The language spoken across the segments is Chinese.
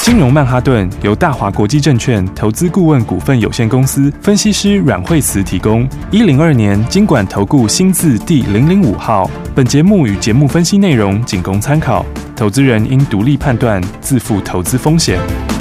金融曼哈顿由大华国际证券投资顾问股份有限公司分析师阮惠慈提供。102年金管投顾新字第005号。本节目与节目分析内容仅供参考，投资人应独立判断，自负投资风险。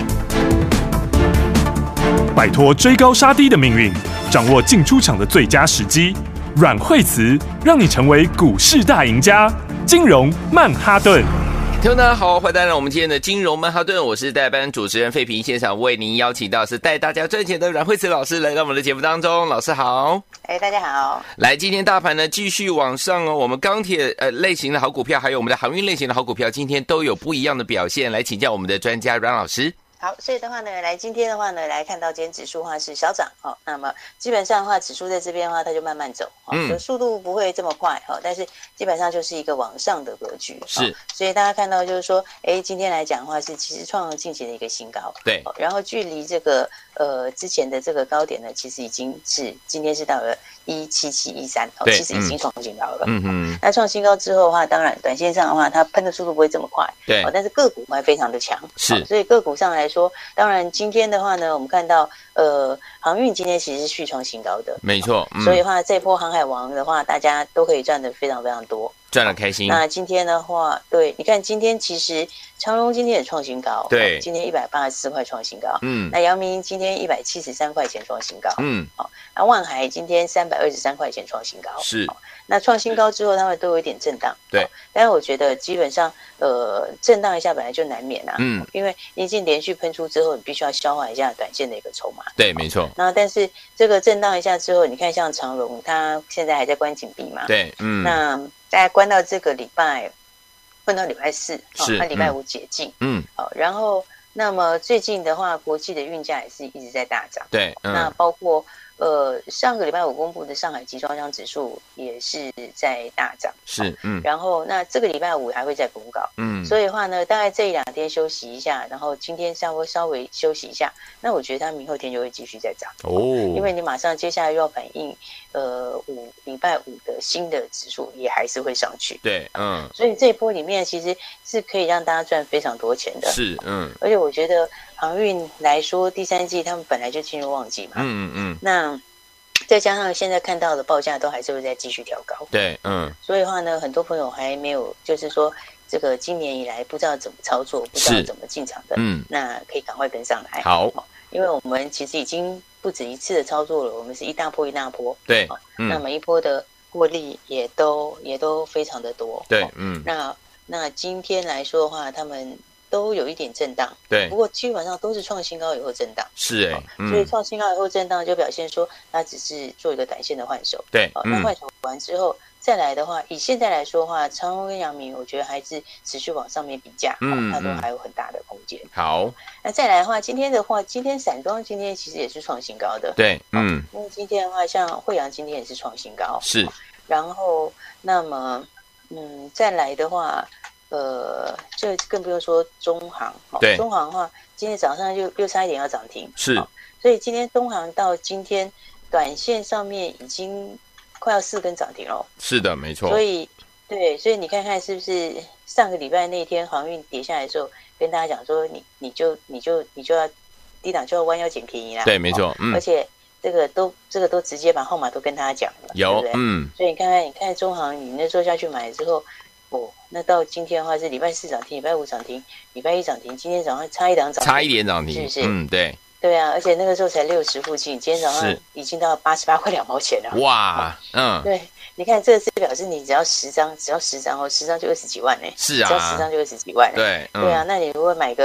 摆脱追高杀低的命运，掌握进出场的最佳时机。阮惠慈让你成为股市大赢家。金融曼哈顿。 听众大家好，欢迎来到我们今天的金融曼哈顿，我是代班主持人费平，现场为您邀请到是带大家赚钱的阮惠慈老师来到我们的节目当中。老师好。 大家好。来， 今天大盘呢继续往上哦，我们钢铁类型的好股票，还有我们的航运类型的好股票，今天都有不一样的表现。来请教我们的专家阮老师。 好，所以的话呢，今天的话呢，来看到今天指数的话是小涨，那么基本上的话，指数在这边的话，它就慢慢走，就速度不会这么快，但是基本上就是一个往上的格局， 是， 所以大家看到就是说，今天来讲的话是其实创了近期的一个新高， 对， 然后距离这个之前的这个高点呢，其实已经是今天是到了17713，其实已经创新高了，那创新高之后的话，当然短线上的话，它喷的速度不会这么快， 对， 但是个股还非常的强， 是， 所以个股上来说，当然今天的话呢，我们看到航运今天其实是续创新高的， 没错， 所以的话这波航海王的话，大家都可以赚得非常非常多， 赚得开心。 那今天的话，对，你看今天其实长荣今天也创新高， 对， 今天184块创新高，那阳明今天173块钱创新高，那万海今天323块钱创新高， 是。 那创新高之后，他们都有一点震荡， 对。 但是我觉得基本上，震荡一下本来就难免啊，因为你已经连续喷出之后，你必须要消化一下短线的一个筹码， 对，没错。 那但是这个震荡一下之后，你看像长荣，它现在还在关紧闭嘛， 对， 那大概关到这个礼拜，关到礼拜4， 是， 它礼拜5解禁，然后那么最近的话，国际的运价也是一直在大涨， 对， 那包括。上个礼拜5公布的上海集装箱指数也是在大涨， 是， 然后那这个礼拜5还会再公告，所以的话呢，大概这1-2天休息一下，然后今天稍微休息一下，那我觉得它明后天就会继续再涨哦，因为你马上接下来又要反映礼拜5的新的指数也还是会上去， 对， 所以这一波里面其实是可以让大家赚非常多钱的， 是， 而且我觉得航运来说，第3季他们本来就进入旺季嘛，那再加上现在看到的报价都还是会再继续调高， 对， 所以的话呢，很多朋友还没有，就是说这个今年以来不知道怎么操作，不知道怎么进场的，那可以赶快跟上来， 好， 因为我们其实已经不止一次的操作了，我们是一大波， 对， 那每一波的获利也都非常的多， 对， 那今天来说的话，他们都有一点震荡， 对， 不过基本上都是创新高以后震荡， 是所以创新高以后震荡就表现说它只是做一个短线的换手， 对， 那换手完之后再来的话，以现在来说的话，长荣跟阳明，我觉得还是持续往上面比价，它都还有很大的空间。 好， 那再来的话，今天散装今天其实也是创新高的， 对， 因为今天的话，像惠阳今天也是创新高， 是， 然后那么再来的话。就更不用说中航， 对， 中航的话，今天早上又差一点要涨停， 是， 所以今天东航到今天短线上面已经快要4根涨停了， 是的，没错。 所以你看看是不是上个礼拜那天航运跌下来的时候，跟大家讲说你就要低档就要弯腰捡便宜啦， 对，没错， 而且这个都直接把号码都跟大家讲了， 有， 对不对？所以你看中航，你那时候下去买之后。那到今天的话是礼拜4涨停，礼拜5涨停，礼拜1涨停，今天早上差一点涨停，是不是？ 对， 对啊，而且那个时候才60附近，今天早上已经到88块2毛钱了。 哇， 对，你看这个是表示你只要10张，10张就20几万呢。 是啊， 只要10张就20几万。 对， 对啊，那你如果买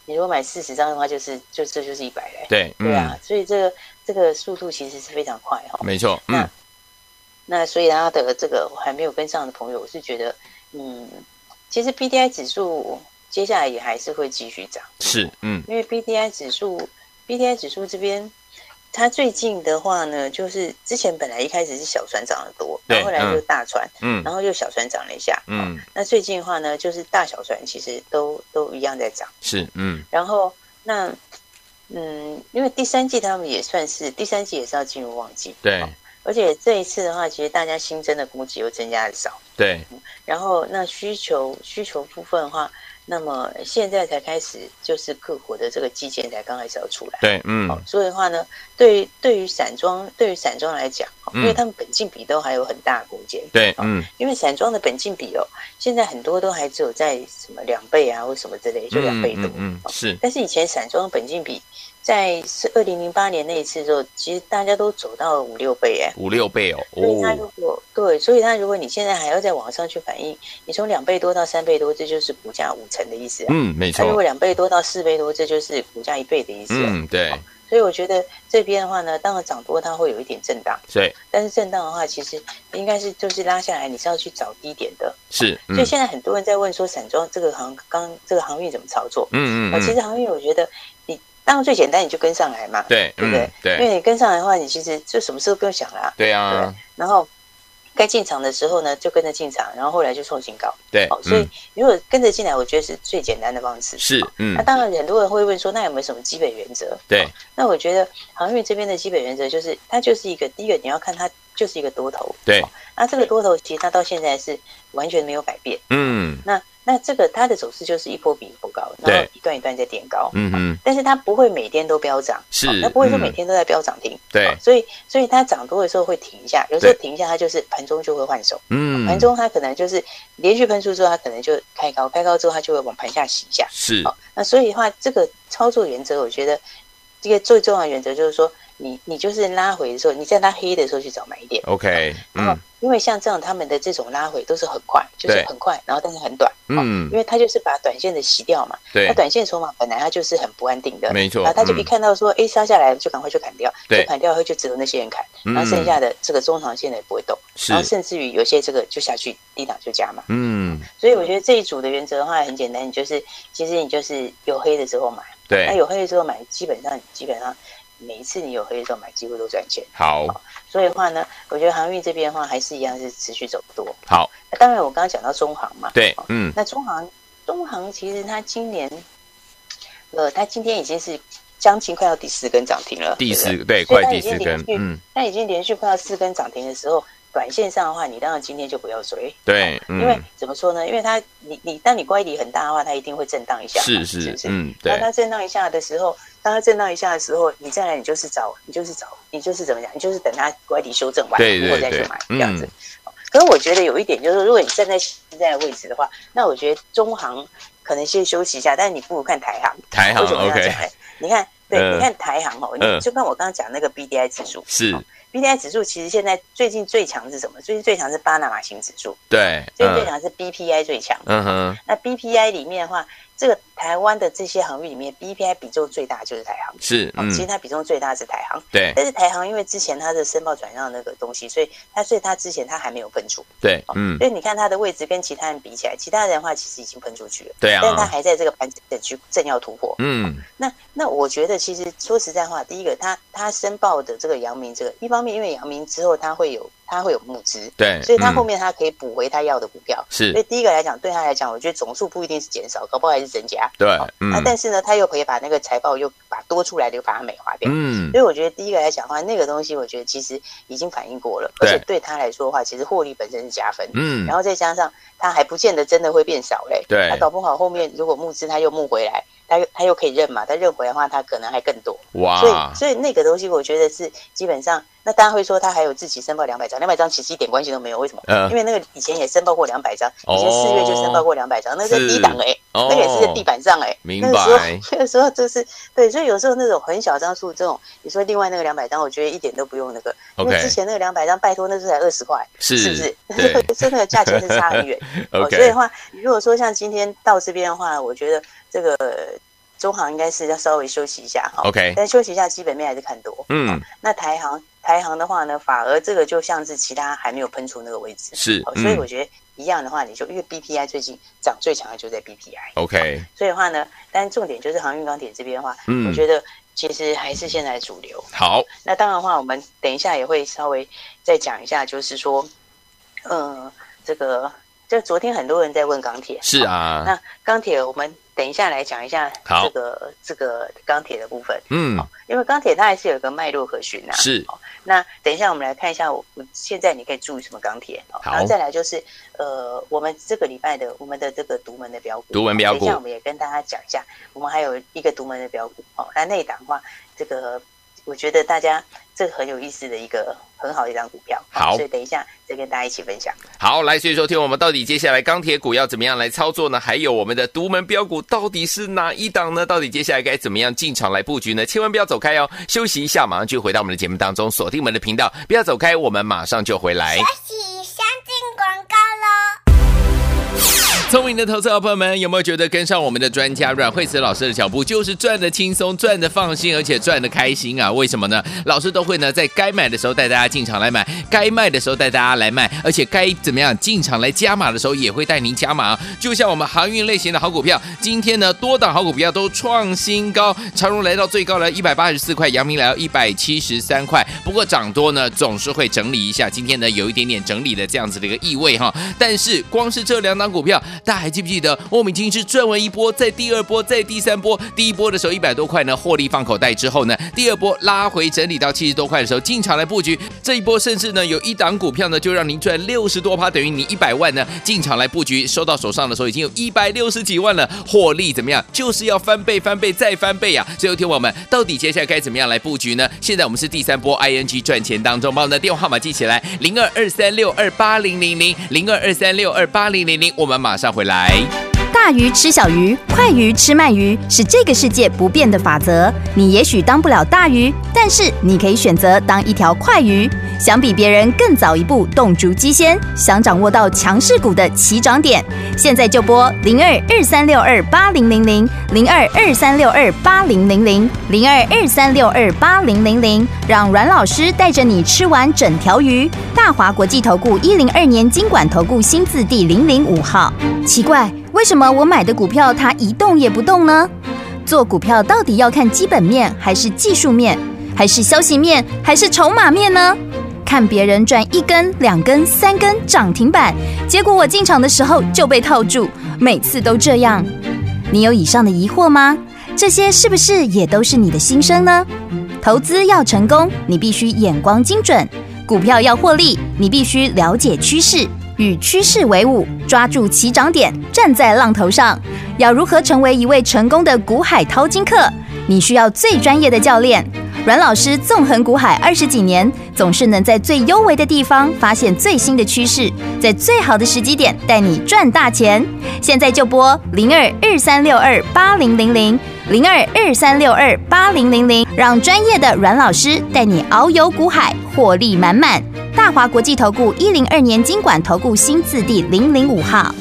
40张的话，就是100嘞。 对， 对啊，所以这个速度其实是非常快哈。 没错， 那所以他的这个还没有跟上的朋友，我是觉得。其实 BDI 指数接下来也还是会继续涨， 是， 因为 BDI 指数这边，它最近的话呢，就是之前本来一开始是小船涨得多，然后后来就大船，然后又小船涨了一下，那最近的话呢，就是大小船其实都一样在涨， 是， 然后那因为第三季他们也算是第三季也是要进入旺季， 对。 而且这一次的话，其实大家新增的供给又增加的少， 对。 然后那需求部分的话， 那么现在才开始，就是各国的这个基建才刚开始要出来。 对， 所以的话呢，对于散装来讲，因为他们本金比都还有很大的空间。 对， 因为散装的本金比现在很多都还只有在什么2倍啊，或什么之类，就2倍多。 是。 但是以前散装本金比在2008年那一次的时候，其实大家都走到了5-6倍 5-6倍哦。 所以它所以它如果你现在还要再往上去反映，你从2倍多到3倍多，这就是股价5成的意思。 没错。 如果2倍多到4倍多，这就是股价1倍的意思。 对。 所以我觉得这边的话呢，当然涨多它会有一点震荡， 对。 但是震荡的话，其实应该是就是拉下来，你是要去找低点的。 是。 所以现在很多人在问说，散装这个航运怎么操作？其实航运我觉得你当然最简单，你就跟上来嘛，对不对？对。因为你跟上来的话，你其实就什么事都不用想了。 对啊。 对。然后该进场的时候呢，就跟着进场，然后后来就创新高。 对。 所以如果跟着进来，我觉得是最简单的方式。 是。 那当然很多人会问说，那有没有什么基本原则？ 对。 那我觉得航运这边的基本原则就是，它就是一个第一个你要看它就是一个多头。 对。 那这个多头其实它到现在是完全没有改变。那这个它的走势就是一波比一波高，然后一段一段在垫高。但是它不会每天都飙涨， 是。 它不会说每天都在飙涨停。 对。 所以它涨多的时候会停一下，有时候停一下它就是盘中就会换手。盘中它可能就是连续喷出之后，它可能就开高之后它就会往盘下洗一下。 是。 那所以的话，这个操作原则，我觉得这个最重要的原则就是说，你就是拉回的时候，你在拉黑的时候去找买点。 OK。 因为像这样他们的这种拉回都是很快，就是很快，然后但是很短。因为它就是把短线的洗掉嘛。对。那短线筹码本来它就是很不安定的， 没错。 然后他就一看到说，杀下来就赶快就砍掉，就砍掉后就只有那些人砍，然后剩下的这个中长线的也不会动，然后甚至于有些这个就下去低档就加嘛。所以我觉得这一组的原则的话很简单，其实你就是有黑的时候买。对。那有黑的时候买，基本上每一次你有黑的时候买，几乎都赚钱。好。所以的话呢，我觉得航运这边的话还是一样是持续走多。好。那当然我刚刚讲到中航嘛。对。那中航其实它今年，它今天已经是将近快要第4根涨停了。快第4根。它已经连续快要4根涨停的时候，短线上的话，你当然今天就不要追。对。因为怎么说呢？因为它当你乖离很大的话，它一定会震荡一下。是不是？对。当它震荡一下的时候，你再来，你就是怎么讲？你就是等它乖离修正完，然后再去买这样子。可是我觉得有一点就是，如果你站在现在的位置的话，那我觉得中航可能先休息一下，但是你不如看台航。为什么这样讲？你看，你看台航你就看我刚刚讲那个 BDI 指数。是。BDI 指数其实现在最近最强是什么？最近最强是巴拿马型指数。对。最近最强是 BPI 最强。那 BPI 里面的话，这个台湾的这些航运里面 BPI 比重最大就是台航。是。其实它比重最大是台航。对。但是台航因为之前它的申报转让那个东西，所以它之前它还没有喷出。对。所以你看它的位置跟其他人比起来，其他人的话其实已经喷出去了。对啊。但是它还在这个盘整区正要突破。那我觉得其实说实在话，第一个它申报的这个阳明这个一方面，因为阳明之后它会有募资。对。所以它后面它可以补回它要的股票。是。所以第一个来讲，对它来讲，我觉得总数不一定是减少，搞不好还是增加。对。但是呢，它又可以把那个财报又把多出来的又把它美化掉。所以我觉得第一个来讲的话，那个东西我觉得其实已经反映过了，而且对它来说的话，其实获利本身是加分。然后再加上它还不见得真的会变少嘞。对。它搞不好后面如果募资它又募回来，它又可以认嘛，它认回来的话，它可能还更多。哇！所以那个东西我觉得是基本上，那大家会说它还有自己申报200张，200张其实一点关系都没有。为什么？因为那个以前也申报过200张，以前4月就申报过200张，那是低档那个也是在地板上明白。那个时候就是对，所以有时候那种很小张数这种，你说另外那个200张，我觉得一点都不用那个，因为之前那个200张，拜托那是才20块，是不是？所以那个价钱是差很远。所以的话，如果说像今天到这边的话，我觉得这个中航应该是要稍微休息一下哈。OK， 但休息一下基本面还是看多。那台航的话呢，反而这个就像是其他还没有喷出那个位置。是。所以我觉得一样的话，你就因为 BPI 最近涨最强的就在 BPI。OK。所以的话呢，但重点就是航运钢铁这边的话，我觉得其实还是现在主流。好。那当然的话，我们等一下也会稍微再讲一下，就是说，就昨天很多人在问钢铁。是啊。那钢铁我们等一下来讲一下这个钢铁的部分。因为钢铁它还是有一个脉络可循啊。 是。 那等一下我们来看一下，我现在你可以注意什么钢铁。然后再来就是我们这个礼拜的我们的这个独门的标股。 独门标股。 等一下我们也跟大家讲一下，我们还有一个独门的标股。那一档的话，这个我觉得大家这个很有意思的一个很好的一张股票。好，所以等一下再跟大家一起分享。 好，来，所以说听我们到底接下来钢铁股要怎么样来操作呢？还有我们的独门标股到底是哪一档呢？到底接下来该怎么样进场来布局呢？千万不要走开哦，休息一下，马上就回到我们的节目当中，锁定我们的频道，不要走开，我们马上就回来。 休息，先进广告咯。 聪明的投资者朋友们，有没有觉得跟上我们的专家阮慧慈老师的脚步，就是赚得轻松、赚得放心，而且赚得开心啊？为什么呢？老师都会呢，在该买的时候带大家进场来买，该卖的时候带大家来卖，而且该怎么样进场来加码的时候，也会带您加码。就像我们航运类型的好股票，今天呢多档好股票都创新高，长荣来到最高的184块，阳明来到173块。不过涨多呢总是会整理一下，今天呢有一点点整理的这样子的一个意味哈。但是光是这两档股票，大家还记不记得我们已经是赚完一波，在第二波，在第三波，第一波的时候100多块呢获利放口袋之后呢，第二波拉回整理到70多块的时候进场来布局，这一波甚至呢有一档股票呢就让您赚60多%，等于你100万呢进场来布局，收到手上的时候已经有160几万了，获利怎么样？就是要翻倍翻倍再翻倍啊！所以听我们到底接下来该怎么样来布局呢？现在我们是第三波 ING 赚钱当中，把我们的电话号码记起来，0223628000，0223628000，我们马上回来。 大鱼吃小鱼，快鱼吃慢鱼，是这个世界不变的法则。你也许当不了大鱼，但是你可以选择当一条快鱼。想比别人更早一步动足机先，想掌握到强势股的起涨点，现在就拨0223628000，0223628000，0223628000，让阮老师带着你吃完整条鱼。大华国际投顾102年金管投顾新字第005号。奇怪，为什么我买的股票它一动也不动呢？做股票到底要看基本面，还是技术面，还是消息面，还是筹码面呢？看别人赚1根、2根、3根涨停板，结果我进场的时候就被套住，每次都这样。你有以上的疑惑吗？这些是不是也都是你的心声呢？投资要成功，你必须眼光精准；股票要获利，你必须了解趋势，与趋势为伍，抓住起涨点，站在浪头上。要如何成为一位成功的股海淘金客？你需要最专业的教练。阮老师纵横股海20几年，总是能在最优微的地方发现最新的趋势，在最好的时机点带你赚大钱。现在就拨0223628000，0223628000，让专业的阮老师带你遨游股海，获利满满。大华国际投顾102年金管投顾新字第005号。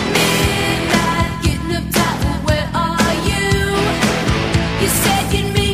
You said you'd meet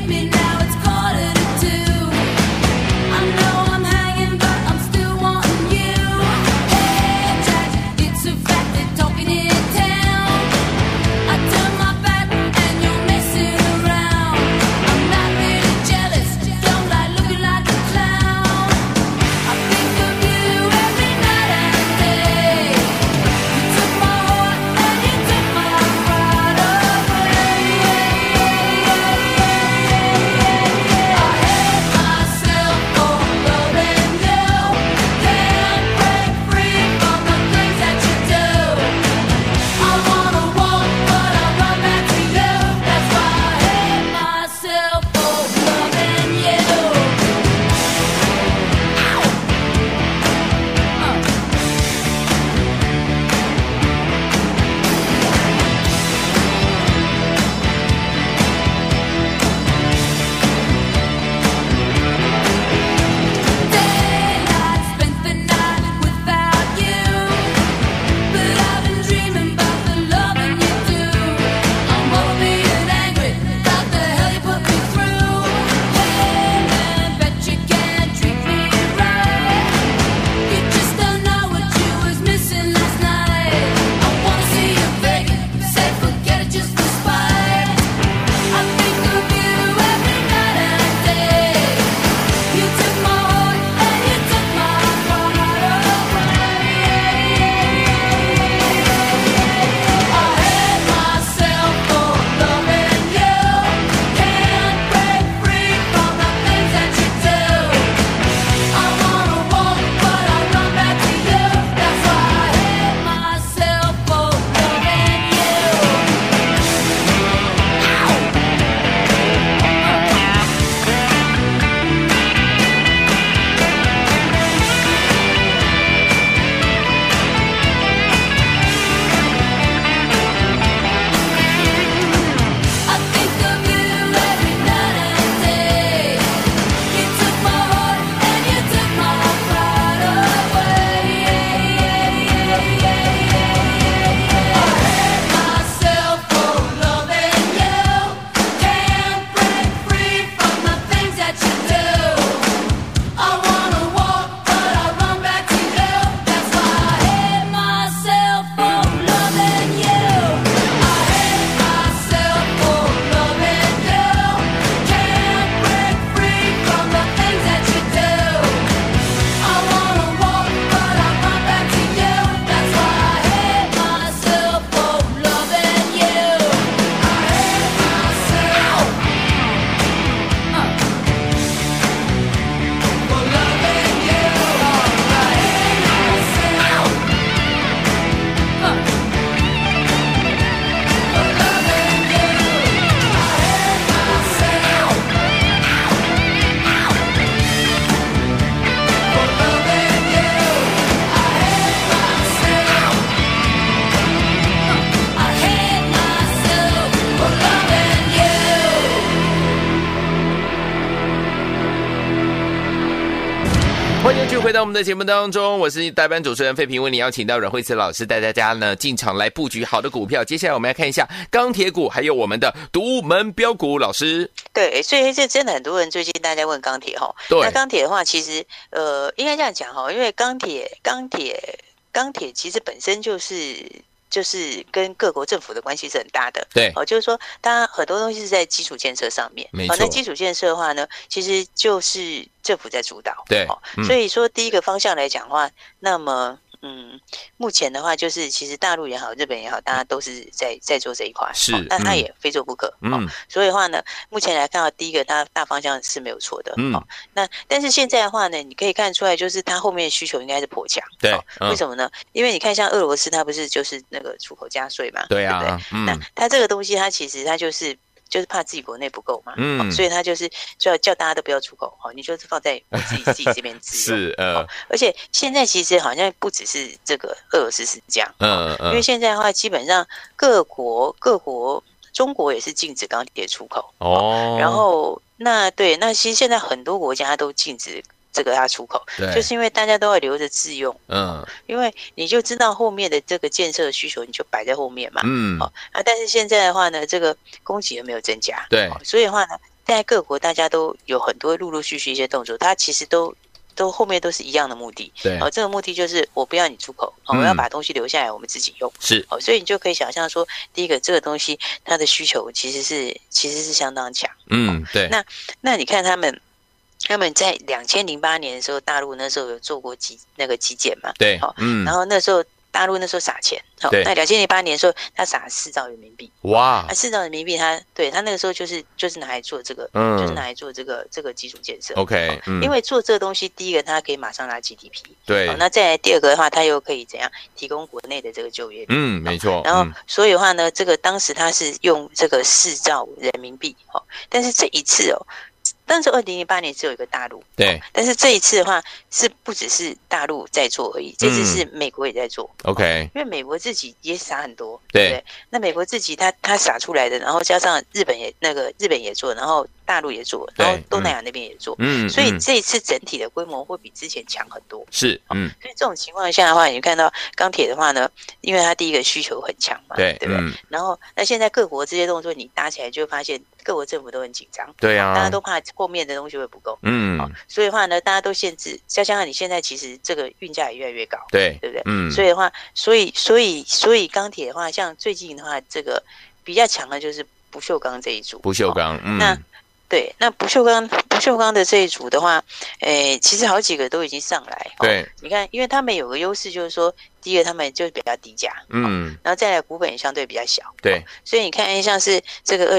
回到我们的节目当中，我是代班主持人费平，为你邀请到阮慧慈老师带大家呢进场来布局好的股票。接下来我们来看一下钢铁股，还有我们的独门标股。老师， 对，所以这真的很多人最近大家问钢铁哈，那钢铁的话，其实应该这样讲哈，因为钢铁其实本身就是跟各国政府的关系是很大的， 对， 就是说，当然很多东西是在基础建设上面， 没错。 那基础建设的话呢，其实就是政府在主导， 对， 所以说第一个方向来讲的话，那么目前的话就是其实大陆也好，日本也好，大家都是在做这一块， 是， 但它也非做不可，所以的话呢，目前来看到第一个它大方向是没有错的，那但是现在的话呢，你可以看出来就是它后面的需求应该是颇强， 对， 为什么呢？因为你看像俄罗斯，它不是就是那个出口加税嘛， 对啊， 对不对？那它这个东西，它其实它就是怕自己国内不够嘛，所以他就是叫大家都不要出口，你就是放在我自己这边自用。是而且现在其实好像不只是这个俄罗斯是这样，因为现在的话，基本上各国，中国也是禁止钢铁出口然后那其实现在很多国家都禁止这个它出口，就是因为大家都要留着自用，因为你就知道后面的这个建设的需求，你就摆在后面嘛，但是现在的话呢，这个供给有没有增加？ 对， 所以的话呢，现在各国大家都有很多陆续一些动作，它其实都后面都是一样的目的， 对， 这个目的就是我不要你出口，我要把东西留下来，我们自己用， 是， 所以你就可以想象说，第一个这个东西它的需求其实是相当强， 对， 那你看他们在2008年的时候，大陆那时候有做过基建嘛？ 对， 然后那时候大陆撒钱，那2008年的时候，他撒4兆人民币，哇，4兆人民币，他那个时候就是拿来做这个，就是拿来做这个基础建设 ，OK， 因为做这个东西，第一个它可以马上拉 GDP， 对， 那再来第二个的话，它又可以怎样提供国内的这个就业率， 没错， 然后所以的话呢，这个当时他是用这个4兆人民币，但是这一次但是2008年只有一个大陆， 对， 但是这一次的话是不只是大陆在做而已，这次是美国也在做 ，OK， 因为美国自己也撒很多， 对不对？那美国自己他撒出来的，然后加上日本也做，然后大陆也做，然后东南亚那边也做，所以这一次整体的规模会比之前强很多， 是， 所以这种情况下的话，你看到钢铁的话呢，因为它第一个需求很强嘛，对不对？然后那现在各国这些动作你搭起来，就会发现各国政府都很紧张， 对啊， 大家都怕后面的东西会不够，所以的话呢，大家都限制，加上你现在其实这个运价也越来越高， 对不对？所以的话，所以钢铁的话，像最近的话，这个比较强的就是不锈钢这一组， 不锈钢， 那不锈钢的这一组的话，其实好几个都已经上来， 对， 你看，因为他们有个优势，就是说，第一个他们就是比较低价，然后再来股本也相对比较小， 对， 所以你看，像是这个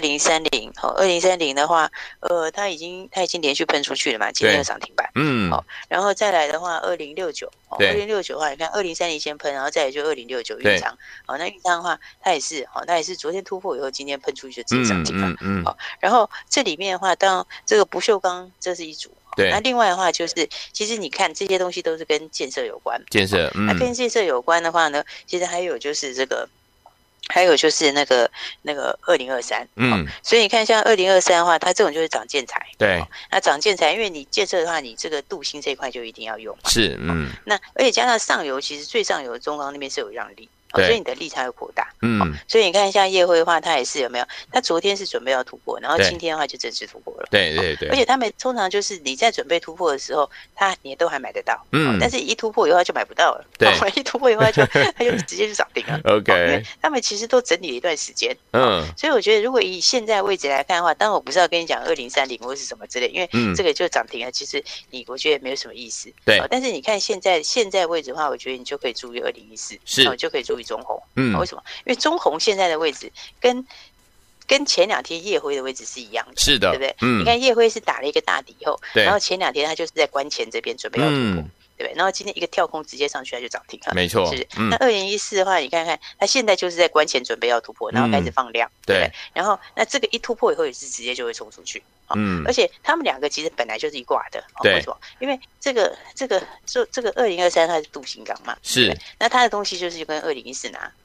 2030的话，它已经连续喷出去了嘛，今天有涨停板，然后再来的话，2069的话，你看2030先喷，然后再来就2069运昌，那运昌的话，它也是昨天突破以后，今天喷出去就直接涨停了，然后这里面的话，当这个不锈钢这是一组。 对， 那另外的话就是，其实你看这些东西都是跟建设有关。 那跟建设有关的话呢，其实还有就是那个2023，所以你看像2023的话，它这种就是涨建材， 对， 那涨建材，因为你建设的话，你这个镀锌这一块就一定要用嘛， 是， 那而且加上上游，其实最上游的中钢那边是有让利。所以你的利差会扩大，所以你看像业辉的话，它也是有没有？它昨天是准备要突破，然后今天的话就正式突破了。 对， 而且他们通常就是你在准备突破的时候，你都还买得到，但是一突破以后就买不到了。对，一突破以后它就直接就涨停了。 OK， 他们其实都整理了一段时间，所以我觉得如果以现在位置来看的话，当然我不是要跟你讲2030或是什么之类，因为这个就涨停了，其实我觉得没有什么意思。 对， 但是你看现在位置的话，我觉得你就可以注意2014， 是， 就可以注意中红。为什么？因为中红现在的位置跟前2天夜辉的位置是一样的， 是的， 对不对？你看夜辉是打了一个大底以后，然后前2天它就是在关前这边准备要突破，对不对？然后今天一个跳空直接上去，它就涨停了， 没错。 是，那2014的话，你看看它现在就是在关前准备要突破，然后开始放量，对不对？然后那这个一突破以后也是直接就会冲出去，而且他们2个其实本来就是一挂的，为什么？因为这个2023它是镀锌钢嘛， 是， 那它的东西就是跟2014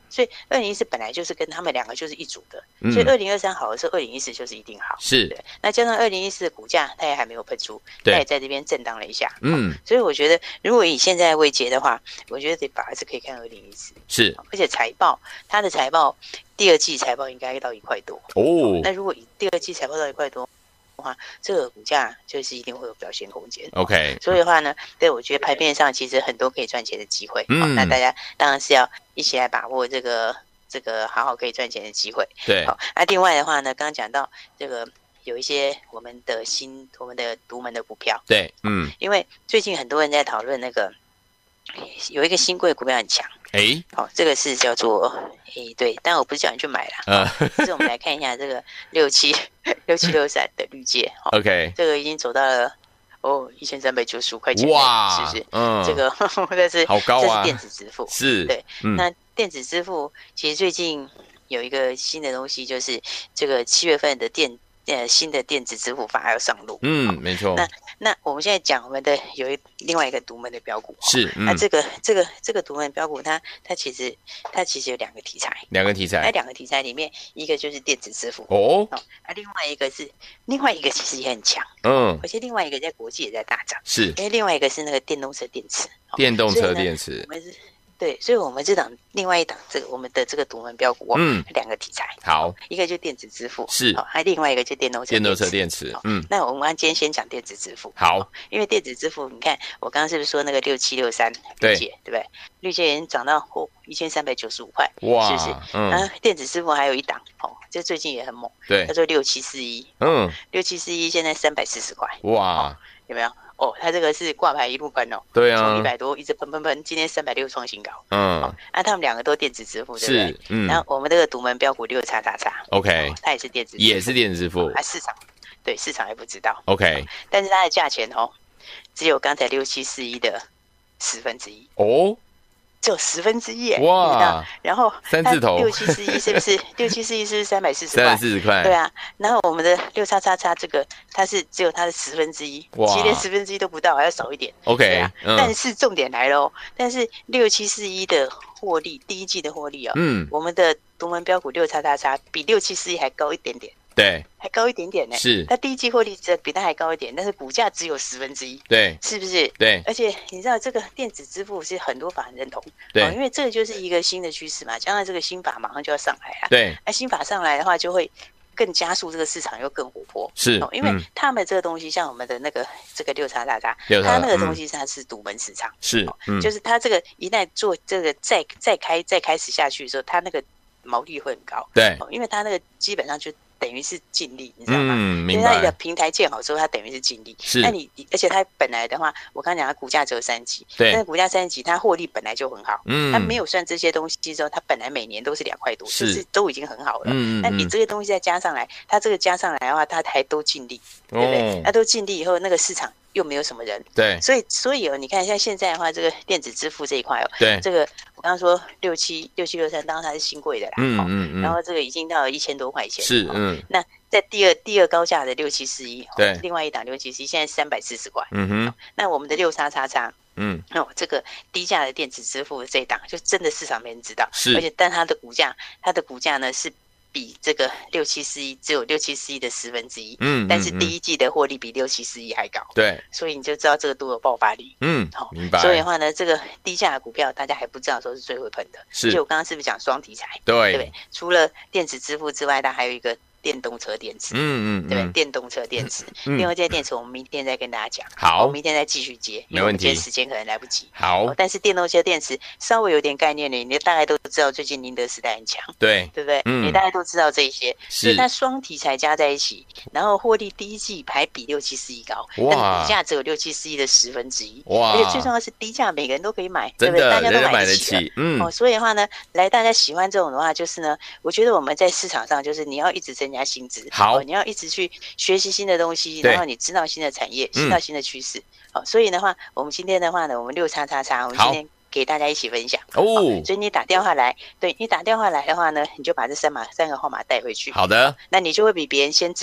所以2014本来就是跟他们两个就是一组的，所以2023好的时候，2014就是一定好。 是， 对。那加上2014的股价，它也还没有喷出，它也在这边震荡了一下。所以我觉得，如果以现在的位阶的话，我觉得反而是可以看2014。 是， 而且它的财报第二季财报应该到1块多哦。那如果以第二季财报到1块多的话，这个股价就是一定会有表现空间。 OK， 所以的话呢，对我觉得盘面上其实很多可以赚钱的机会。那大家当然是要一起来把握这个好好可以赚钱的机会。 对。 好，那另外的话呢，刚刚讲到这个有一些我们的独门的股票。 对， 因为最近很多人在讨论那个有一个新贵股票很强。好，这个是叫做对，但我不是叫你去买啦。是我们来看一下这个6763的绿界。 OK， 这个已经走到了1395块钱， 哇， 是不是？这个这是好高啊！ 这是电子支付， 是对。那电子支付其实最近有一个新的东西，就是这个7月份的新的电子支付法要上路。 没错。 那我们现在讲我们的另外一个独门的标股。 是。 那这个独门标股，它其实有2个题材。 2个题材。 那2个题材里面，一个就是电子支付。另外一个其实也很强。而且另外一个在国际也在大涨。 是。 因为另外一个是那个电动车电池。 电动车电池。 对，所以我们另外一档我们的这个独门标股2个题材。 好， 一个就电子支付， 是， 还另外一个就电动车电池。 那我们今天先讲电子支付。 好， 因为电子支付，你看我刚刚是不是说那个6763绿界，对不对？绿界已经涨到1395块，哇，是不是？电子支付还有一档，这最近也很猛， 对， 叫做6741。6741现在340块， 哇， 有没有？它这个是挂牌一路喷哦， 对啊， 从100多一直喷，今天360创新高。他们2个都电子支付，对不对？然后我们这个独门标股6XXX，OK， 它也是电子支付， 也是电子支付， 市场还不知道 ，OK， 但是它的价钱只有刚才6741的1/10 哦。 只有1/10耶！ 哇， 然后 3字头 6741是不是？6741是 340块？ 对啊。然后我们的6XXX这个，它是只有它的1/10，其实连1/10都不到，还要少一点。 OK， 但是重点来了但是6741的获利，第一季的获利我们的独门标股6XXX比6741还高一点点。 对， 还高一点点呢。是，它第一季获利比它还高一点，但是股价只有1/10。对，是不是？对。而且你知道这个电子支付是很多法人认同，对，因为这个就是一个新的趋势嘛，将来这个新法马上就要上来了。对，新法上来的话，就会更加速这个市场又更活泼。是，因为他们这个东西，像我们的这个6XXX，它那个东西它是独门市场，是，就是它这个一旦做这个再开始下去的时候，它那个毛利会很高。对，因为它那个基本上就等于是净利，你知道吗？因为它的平台建好之后，它等于是净利。是，那而且它本来的话，我刚刚讲它股价只有3级，对，但是股价3级，它获利本来就很好。它没有算这些东西之后，它本来每年都是2块多，是都已经很好了。那你这些东西再加上来，它这个加上来的话，它还都净利，对不对？那都净利以后，那个市场又没有什么人，对，所以你看像现在的话，这个电子支付这一块对，这个我刚刚说6763，当然它是新贵的啦，然后这个已经到了1000多块钱，是，那在第二高价的6741，对，另外一档6741现在340块，那我们的6XXX。这个低价的电子支付的这一档，就真的市场没人知道，是，而且但它的股价呢是比这个6741只有6741的1/10，但是第一季的获利比6741还高，对，所以你就知道这个都有爆发力，好，明白。所以的话呢，这个低价的股票大家还不知道说是最会喷的，是，就我刚刚是不是讲双题材，对不对？除了电子支付之外，它还有一个电动车电池，对不对？电动车电池，另外这些电池我们明天再跟大家讲，好，我们明天再继续接，因为我们今天时间可能来不及，好，但是电动车电池稍微有点概念的，你大概都知道最近宁德时代很强，对，对不对？你大概都知道这一些，所以它双题材加在一起，然后获利第一季还比6741高，但股价只有6741的1/10，哇！而且最重要是低价每个人都可以买，对不对？大家都买得起，所以的话呢，大家喜欢这种的话，就是呢，我觉得我们在市场上就是你要一直增加薪资，好，你要一直去学习新的东西，然后你知道新的产业，知道新的趋势，好，所以的话，我们今天的话呢，我们6XXX，我们今天给大家一起分享哦。所以你打电话来，对你打电话来的话呢，你就把这三个号码带回去。好的，那你就会比别人先知道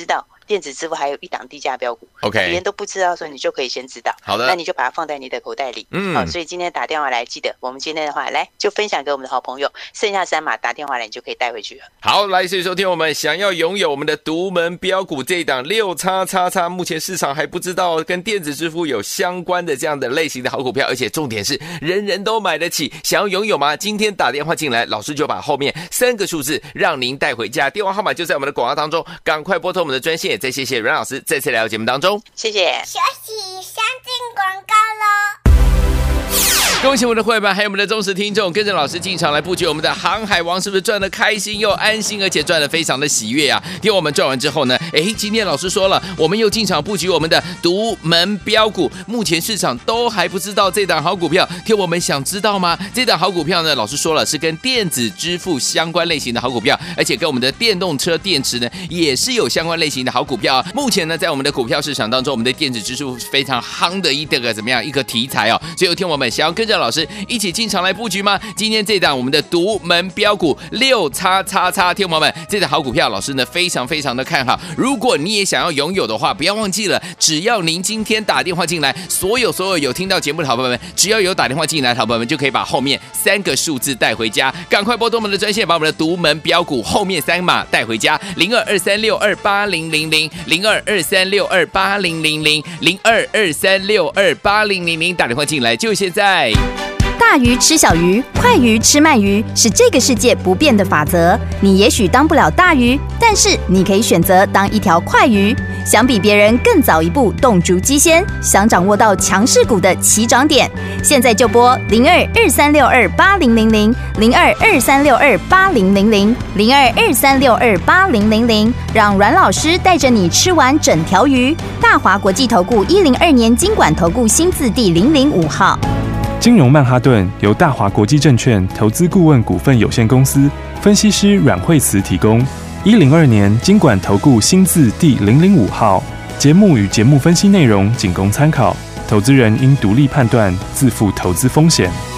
电子支付还有一档低价标股 ，OK， 别人都不知道的时候，你就可以先知道。 好的， 那你就把它放在你的口袋里。所以今天打电话来，记得我们今天的话，来就分享给我们的好朋友，剩下3码打电话来，你就可以带回去了。 好，来，所以收听我们想要拥有我们的独门标股这一档6XXX，目前市场还不知道跟电子支付有相关的这样的类型的好股票，而且重点是人人都买得起，想要拥有吗？今天打电话进来，老师就把后面3个数字让您带回家，电话号码就在我们的广告当中，赶快拨通我们的专线。再谢谢阮老师再次来到节目当中， 谢谢。 休息，先进广告咯。 恭喜我们的会员还有我们的忠实听众，跟着老师进场来布局我们的航海王，是不是赚得开心又安心，而且赚得非常的喜悦啊？听我们赚完之后呢，今天老师说了，我们又进场布局我们的独门标股，目前市场都还不知道这档好股票，听我们想知道吗？这档好股票呢，老师说了是跟电子支付相关类型的好股票，而且跟我们的电动车电池呢也是有相关类型的好股票啊。目前呢，在我们的股票市场当中，我们的电子支付非常夯的一个怎么样一个题材哦，所以听我们想要跟着老师一起进场来布局吗？今天这档我们的独门标股6XXX，听众朋友们，这档好股票老师呢非常非常的看好，如果你也想要拥有的话，不要忘记了，只要您今天打电话进来，所有有听到节目的好朋友们，只要有打电话进来的好朋友们，就可以把后面3个数字带回家，赶快拨通我们的专线，把我们的独门标股后面3码带回家，0223628000 0223628000 0223628000，打电话进来就现在。 大鱼吃小鱼，快鱼吃慢鱼，是这个世界不变的法则。你也许当不了大鱼，但是你可以选择当一条快鱼。想比别人更早一步动足机先，想掌握到强势股的起涨点，现在就拨0223628000 0223628000 0223628000，让阮老师带着你吃完整条鱼。大华国际投顾102年金管投顾新字第005号。 金融曼哈顿由大华国际证券投资顾问股份有限公司分析师阮惠慈提供。102年金管投顾新字第005号。节目与节目分析内容仅供参考，投资人应独立判断，自负投资风险。